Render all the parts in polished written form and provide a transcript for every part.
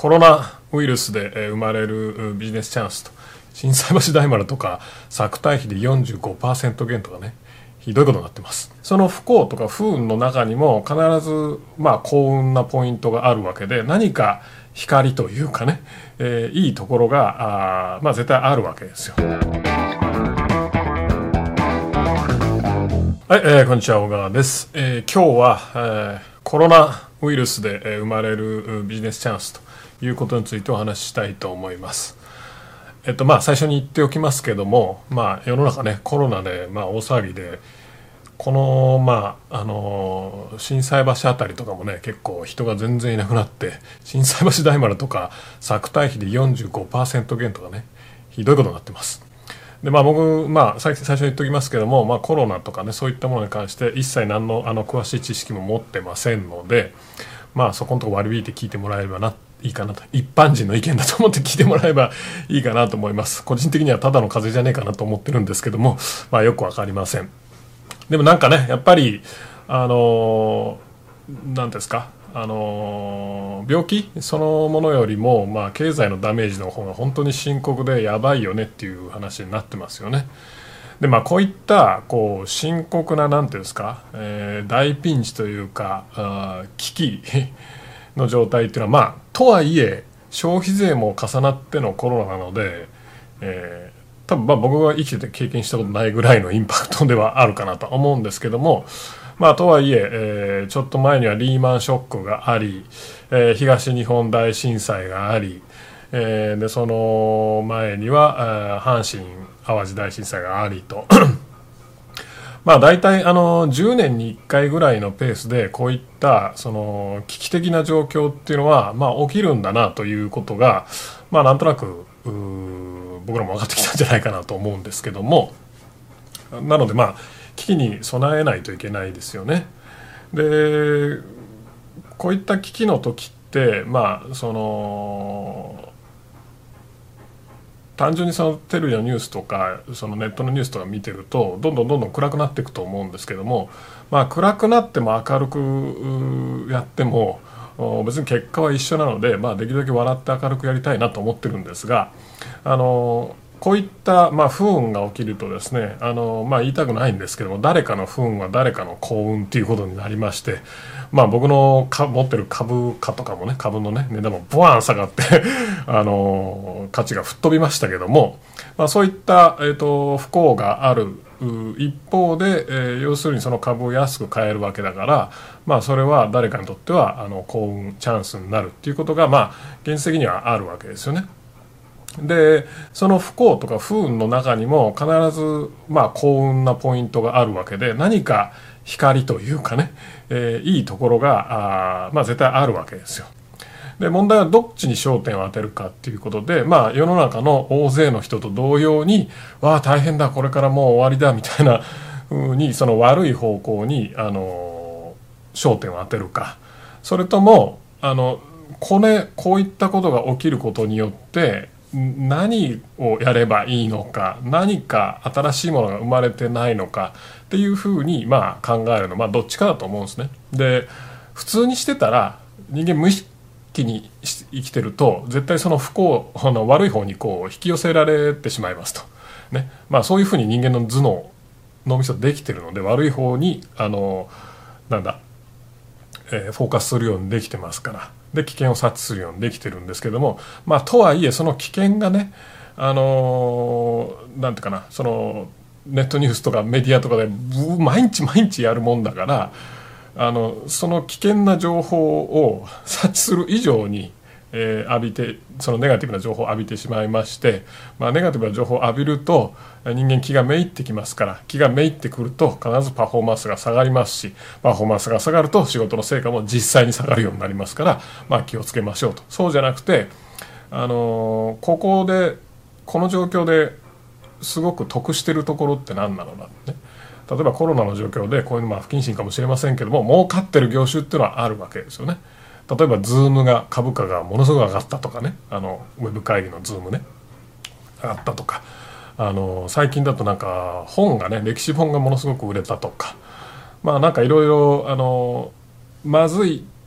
コロナウイルスで生まれるビジネスチャンスと、心斎橋大丸とか作対比で 45% 減とかね、ひどいことになってます。その不幸とか不運の中にも必ず幸運なポイントがあるわけで、何か光というかね、いいところが絶対あるわけですよ。はい、こんにちは、小川です。今日は、コロナウイルスで生まれるビジネスチャンスということについてお話ししたいと思います。最初に言っておきますけども、世の中ね、コロナで大騒ぎで、この心斎橋あたりとかもね、結構人が全然いなくなって、心斎橋大丸とか作対比で 45% 減とかね、ひどいことになってます。で僕、最初に言っておきますけども、コロナとかね、そういったものに関して一切何の詳しい知識も持ってませんので、そこのとこ割り引いて聞いてもらえればいいかなと、一般人の意見だと思って聞いてもらえばいいかなと思います。個人的にはただの風邪じゃねえかなと思ってるんですけども、よくわかりません。でもなんかね、やっぱり何ですか、病気そのものよりも、経済のダメージの方が本当に深刻でやばいよねっていう話になってますよね。でこういった深刻ななんていうんですか、大ピンチというか危機の状態っていうのはとはいえ消費税も重なってのコロナなので、多分僕が生きてて経験したことないぐらいのインパクトではあるかなと思うんですけども、とはいえちょっと前にはリーマンショックがあり、東日本大震災があり、でその前には阪神・淡路大震災がありと大体10年に1回ぐらいのペースでこういったその危機的な状況っていうのは起きるんだなということがなんとなく僕らも分かってきたんじゃないかなと思うんですけども、なので危機に備えないといけないですよね。でこういった危機の時って単純にそのテレビのニュースとかそのネットのニュースとか見てるとどんどん暗くなっていくと思うんですけども、暗くなっても明るくやっても別に結果は一緒なので、できるだけ笑って明るくやりたいなと思ってるんですが、こういった不運が起きるとですね、言いたくないんですけども、誰かの不運は誰かの幸運っていうことになりまして、僕の持ってる株価とかもね、株のね値段もボワーン下がって価値が吹っ飛びましたけども、そういった、不幸がある一方で、要するにその株を安く買えるわけだから、それは誰かにとっては幸運チャンスになるっていうことが現実的にはあるわけですよね。でその不幸とか不運の中にも必ず幸運なポイントがあるわけで、何か光というかね、いいところが絶対あるわけですよ。で問題はどっちに焦点を当てるかっていうことで、世の中の大勢の人と同様に大変だこれからもう終わりだみたいな風にその悪い方向に焦点を当てるか、それともこういったことが起きることによって何をやればいいのか、何か新しいものが生まれてないのかっていうふうに考えるの、どっちかだと思うんですね。で普通にしてたら人間無意識に生きてると絶対その不幸の悪い方に引き寄せられてしまいますと、ね、そういうふうに人間の頭脳みそできてるので、悪い方にフォーカスするようにできてますから、で危険を察知するようにできてるんですけども、とはいえその危険がね、なんていうかな、そのネットニュースとかメディアとかで毎日やるもんだから、その危険な情報を察知する以上に、浴びてそのネガティブな情報を浴びてしまいまして、ネガティブな情報を浴びると人間気がめいってきますから、気がめいってくると必ずパフォーマンスが下がりますし、パフォーマンスが下がると仕事の成果も実際に下がるようになりますから、気をつけましょうと。そうじゃなくてこの状況ですごく得してるところって何なのかね。例えばコロナの状況でこういうの不謹慎かもしれませんけども、儲かってる業種っていうのはあるわけですよね。例えばズームが株価がものすごく上がったとかね、ウェブ会議のズームね上がったとか、最近だと本がね、歴史本がものすごく売れたとか、いろいろまずい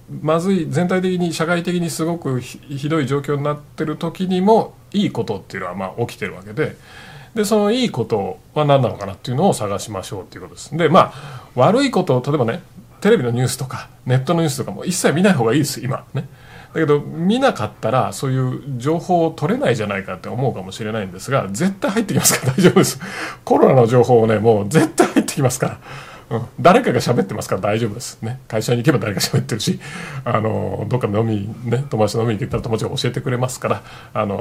まずい、全体的に社会的にすごくひどい状況になってる時にもいいことっていうのはまあ起きてるわけで、そのいいことは何なのかなっていうのを探しましょうっていうことです。でまあ悪いことを、例えばね、テレビのニュースとかネットのニュースとかも一切見ない方がいいです今ね。だけど見なかったらそういう情報を取れないじゃないかって思うかもしれないんですが、絶対入ってきますから大丈夫です。コロナの情報をね、もう絶対入ってきますから、誰かが喋ってますから大丈夫ですね。会社に行けば誰か喋ってるし、どっか飲みね、友達と飲みに行ったら友達が教えてくれますから、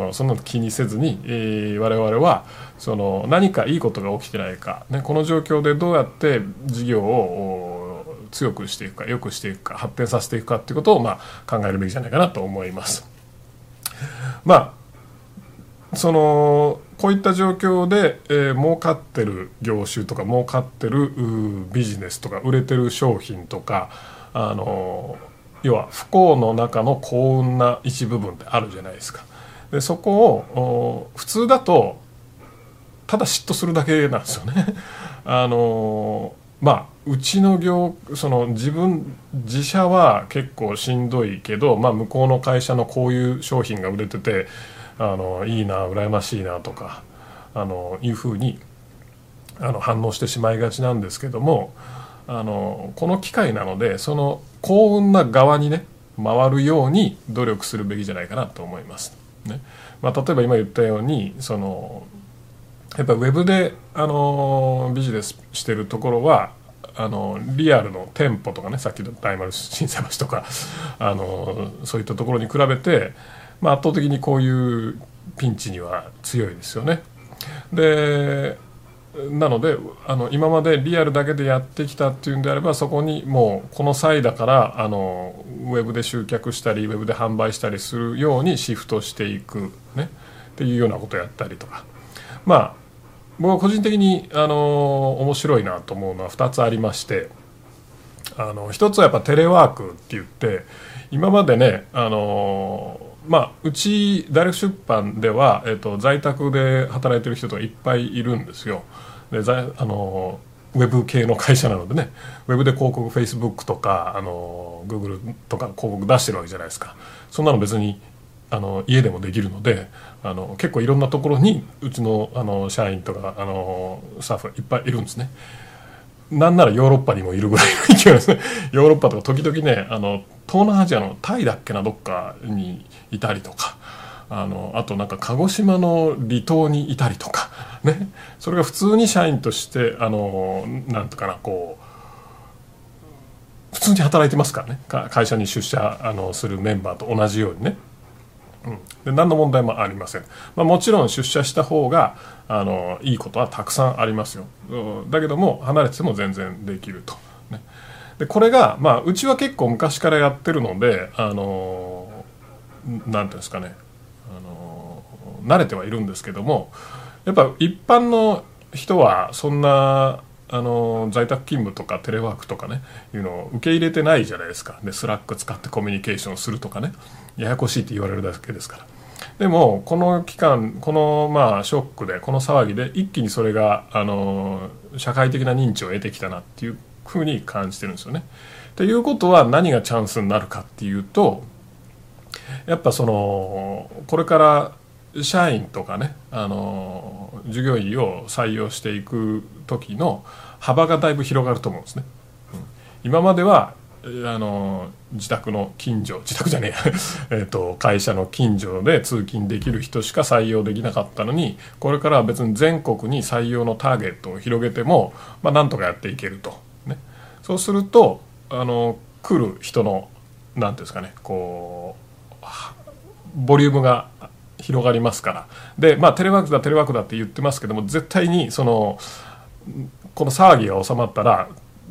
そんなの気にせずに、我々はその何かいいことが起きてないか、ね、この状況でどうやって事業を強くしていくか、良くしていくか、発展させていくかっていうことをまあ考えるべきじゃないかなと思います。まあこういった状況で、儲かってる業種とか儲かってるビジネスとか売れてる商品とか、要は不幸の中の幸運な一部分ってあるじゃないですか。でそこを普通だとただ嫉妬するだけなんですよね。まあうちの自社は結構しんどいけど、まあ、向こうの会社のこういう商品が売れてていいな、羨ましいなとかいうふうに反応してしまいがちなんですけども、この機会なのでその幸運な側にね回るように努力するべきじゃないかなと思います、ね。まあ、例えば今言ったようにやっぱウェブでビジネスしてるところはリアルの店舗とかね、さっきの大丸心斎橋とかそういったところに比べて、まあ、圧倒的にこういうピンチには強いですよね。でなので今までリアルだけでやってきたっていうんであれば、そこにもうこの際だからウェブで集客したりウェブで販売したりするようにシフトしていく、ね、っていうようなことをやったりとか、まあ僕は個人的に面白いなと思うのは2つありまして、一つはやっぱテレワークって言って、今までねまあ、うち大学出版では、在宅で働いてる人とかいっぱいいるんですよ。でウェブ系の会社なのでね、ウェブで広告 Facebook とかGoogle とか広告出してるわけじゃないですか。そんなの別に家でもできるので結構いろんなところにうちの社員とかスタッフがいっぱいいるんですね。なんならヨーロッパにもいるぐらいの勢いですね。ヨーロッパとか時々ね東南アジアのタイだっけな、どっかにいたりとかあとなんか鹿児島の離島にいたりとかね、それが普通に社員としてなんとかなこう普通に働いてますからね、会社に出社するメンバーと同じようにね。で何の問題もありません。まあ、もちろん出社した方がいいことはたくさんありますよ。だけども離れてても全然できると、ね。でこれが、まあ、うちは結構昔からやってるのでなんていうんですかね、慣れてはいるんですけども、やっぱ一般の人はそんな在宅勤務とかテレワークとかねいうのを受け入れてないじゃないですか。でスラック使ってコミュニケーションするとかね、ややこしいって言われるだけですから。でもこの期間まあショックでこの騒ぎで一気にそれが社会的な認知を得てきたなっていうふうに感じてるんですよね。ということは何がチャンスになるかっていうと、やっぱこれから社員とかね従業員を採用していく時の幅がだいぶ広がると思うんですね。今までは自宅じゃねえ会社の近所で通勤できる人しか採用できなかったのに、これからは別に全国に採用のターゲットを広げても、まあ、なんとかやっていけると、ね。そうすると来る人のなんていうんですかね、こうボリュームが広がりますから。でまあテレワークだって言ってますけども、絶対にこの騒ぎが収まったら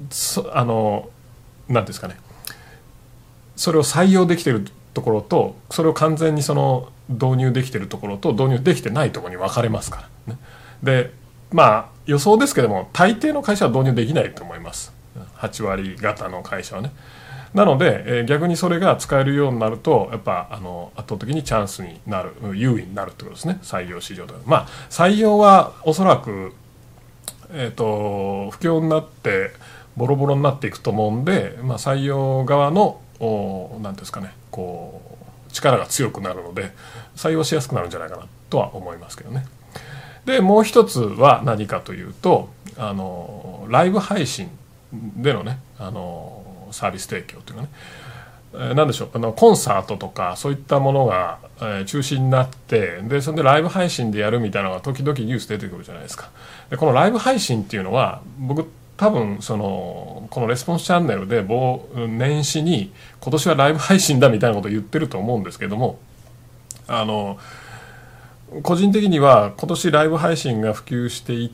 なんていうんですかね、それを採用できているところと、それを完全に導入できているところと導入できてないところに分かれますからね。でまあ予想ですけども、大抵の会社は導入できないと思います。8割方の会社はね。なので、逆にそれが使えるようになると、やっぱ圧倒的にチャンスになる、優位になるってことですね、採用市場では。まあ採用はおそらく不況になってボロボロになっていくと思うんで、まあ、採用側の何ですかね、こう力が強くなるので採用しやすくなるんじゃないかなとは思いますけどね。でもう一つは何かというと、ライブ配信でのね、サービス提供というかね、なんでしょう、コンサートとかそういったものが、中止になって、でそれでライブ配信でやるみたいなのが時々ニュース出てくるじゃないですか。でこのライブ配信っていうのは僕多分このレスポンスチャンネルで年始に今年はライブ配信だみたいなことを言ってると思うんですけども、個人的には今年ライブ配信が普及していって、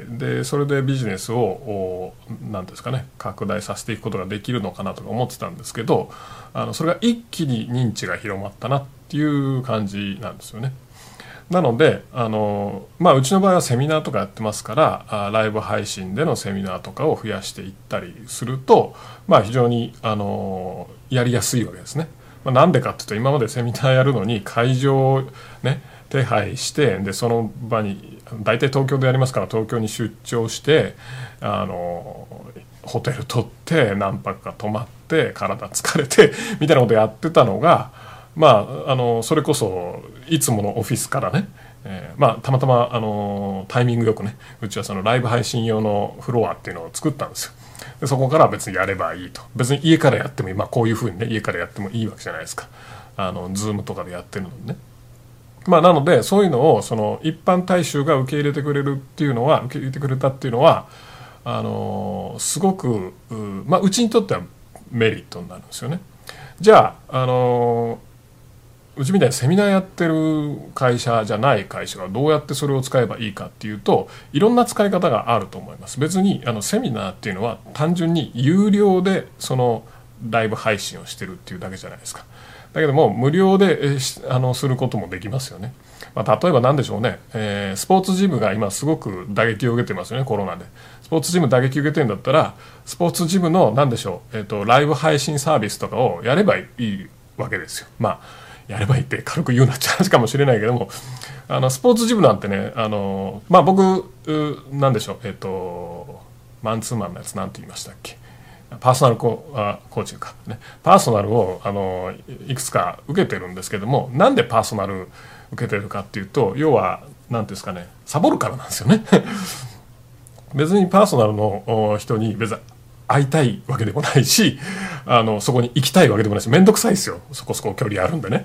でそれでビジネスを何ですかね、拡大させていくことができるのかなとか思ってたんですけど、それが一気に認知が広まったなっていう感じなんですよね。なのでうちの場合はセミナーとかやってますから、ライブ配信でのセミナーとかを増やしていったりすると、非常にやりやすいわけですね。なんでかっていうと、今までセミナーやるのに会場をね手配して、でその場に大体東京でやりますから、東京に出張してホテル取って何泊か泊まって体疲れてみたいなことやってたのが、それこそいつものオフィスからね、たまたまタイミングよくね、うちはそのライブ配信用のフロアっていうのを作ったんですよ。でそこから別にやればいいと、別に家からやってもいい、こういうふうにね家からやってもいいわけじゃないですか。ズームとかでやってるのにね。なのでそういうのをその一般大衆が受け入れてくれるっていうのは、受け入れてくれたっていうのはすごくうちにとってはメリットになるんですよね。じゃあうちみたいにセミナーやってる会社じゃない会社がどうやってそれを使えばいいかっていうと、いろんな使い方があると思います。別にセミナーっていうのは単純に有料でそのライブ配信をしてるっていうだけじゃないですか。だけども無料ですることもできますよね。例えば何でしょうね、スポーツジムが今すごく打撃を受けてますよね、コロナで。スポーツジム打撃を受けてるんだったら、スポーツジムの何でしょう、ライブ配信サービスとかをやればいいわけですよ。やればいいって軽く言うなっちゃう話かもしれないけども、スポーツジムなんてね、僕なんでしょう、マンツーマンのやつなんて言いましたっけ、パーソナルコーチか、ね、パーソナルをいくつか受けてるんですけども、なんでパーソナル受けてるかっていうと、要は何ですかね、サボるからなんですよね別にパーソナルの人に別に会いたいわけでもないし、そこに行きたいわけでもないし、めんどくさいですよ、そこそこ距離あるんでね。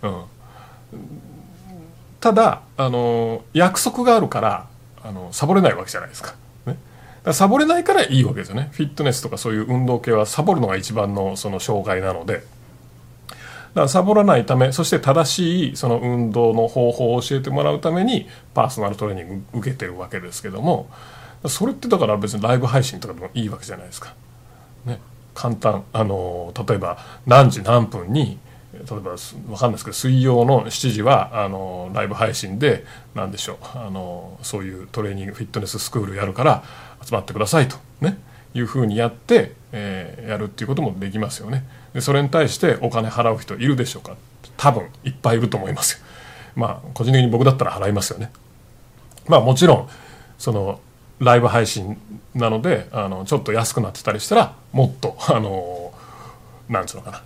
ただ約束があるからサボれないわけじゃないですか。サボれないからいいわけですよね。フィットネスとかそういう運動系はサボるのが一番のその障害なので、だからサボらないため、そして正しいその運動の方法を教えてもらうためにパーソナルトレーニング受けてるわけですけども、それってだから別にライブ配信とかでもいいわけじゃないですか、ね、簡単。例えば何時何分に、例えば分かんないですけど、水曜の7時はライブ配信で何でしょう、そういうトレーニングフィットネススクールやるから集まってくださいとね、いうふうにやって、やるっていうこともできますよね。でそれに対してお金払う人いるでしょうか。多分いっぱいいると思いますよ。個人的に僕だったら払いますよね。もちろんそのライブ配信なのでちょっと安くなってたりしたら、もっとなんつうのかな、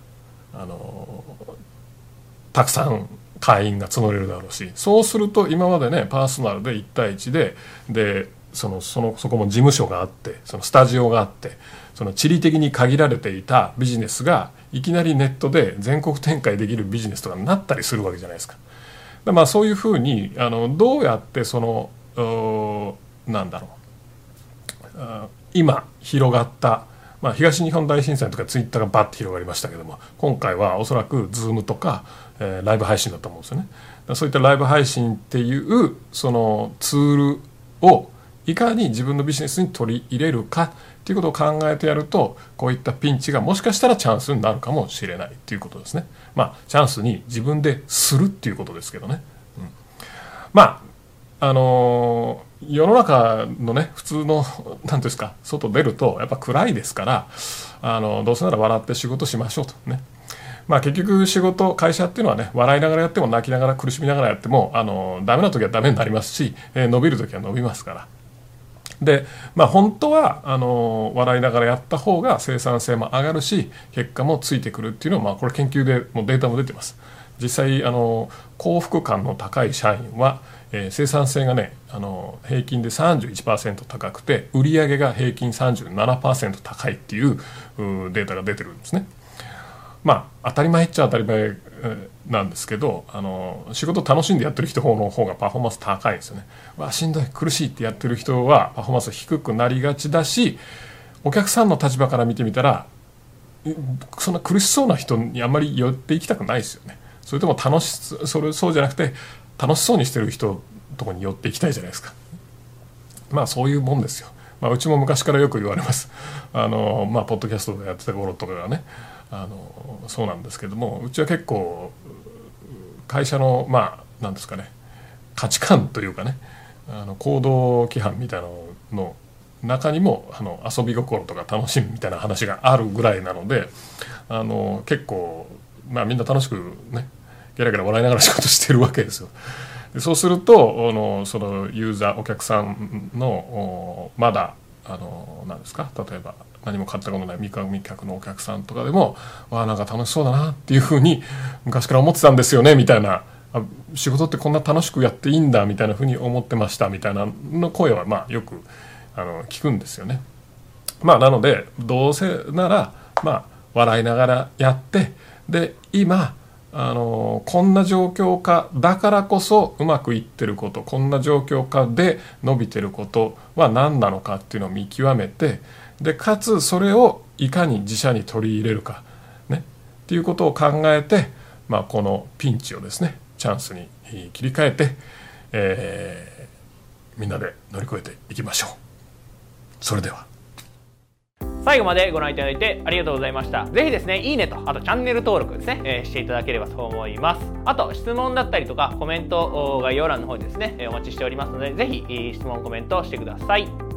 たくさん会員が募れるだろうし、そうすると今までねパーソナルで1対1でそこも事務所があって、そのスタジオがあって、その地理的に限られていたビジネスがいきなりネットで全国展開できるビジネスとかになったりするわけじゃないですか。そういうふうにどうやってなんだろう、今広がった、東日本大震災とかツイッターがバッて広がりましたけども、今回はおそらくズームとか、ライブ配信だと思うんですよね。そういったライブ配信っていうそのツールをいかに自分のビジネスに取り入れるかっていうことを考えてやると、こういったピンチがもしかしたらチャンスになるかもしれないっていうことですね。チャンスに自分でするっていうことですけどね。世の中のね普通の何ですか、外出るとやっぱ暗いですから、どうせなら笑って仕事しましょうとね。結局仕事会社っていうのはね、笑いながらやっても泣きながら苦しみながらやってもダメな時はダメになりますし、伸びる時は伸びますから。 で、本当は笑いながらやった方が生産性も上がるし結果もついてくるっていうのは、これ研究でもうデータも出てます。実際幸福感の高い社員は、生産性がね平均で 31% 高くて売上が平均 37% 高いっていうデータが出てるんですね。当たり前っちゃ当たり前なんですけど、仕事楽しんでやってる人の方がパフォーマンス高いんですよね。しんどい苦しいってやってる人はパフォーマンス低くなりがちだし、お客さんの立場から見てみたらそんな苦しそうな人にあんまり寄っていきたくないですよね。それともそうじゃなくて楽しそうにしてる人のとこに寄っていきたいじゃないですか。そういうもんですよ。うちも昔からよく言われます。ポッドキャストでやってた頃とかがねそうなんですけども、うちは結構会社のなんですかね、価値観というかね行動規範みたいなのの中にも遊び心とか楽しみみたいな話があるぐらいなので結構みんな楽しくねゲラゲラ笑いながら仕事してるわけですよ。でそうするとそのユーザーお客さんのまだ何ですか、例えば何も買ったことない未客のお客さんとかでもなんか楽しそうだなっていうふうに昔から思ってたんですよねみたいな、仕事ってこんな楽しくやっていいんだみたいなふうに思ってましたみたいなの声はよく聞くんですよね。なのでどうせなら笑いながらやって、で今こんな状況下だからこそうまくいってること、こんな状況下で伸びてることは何なのかっていうのを見極めて、でかつそれをいかに自社に取り入れるかねっていうことを考えて、このピンチをですねチャンスに切り替えて、みんなで乗り越えていきましょう。それでは最後までご覧いただいてありがとうございました。ぜひですね、いいねと、あとチャンネル登録ですね、していただければと思います。あと、質問だったりとか、コメント概要欄の方にですね、お待ちしておりますので、ぜひ質問、コメントしてください。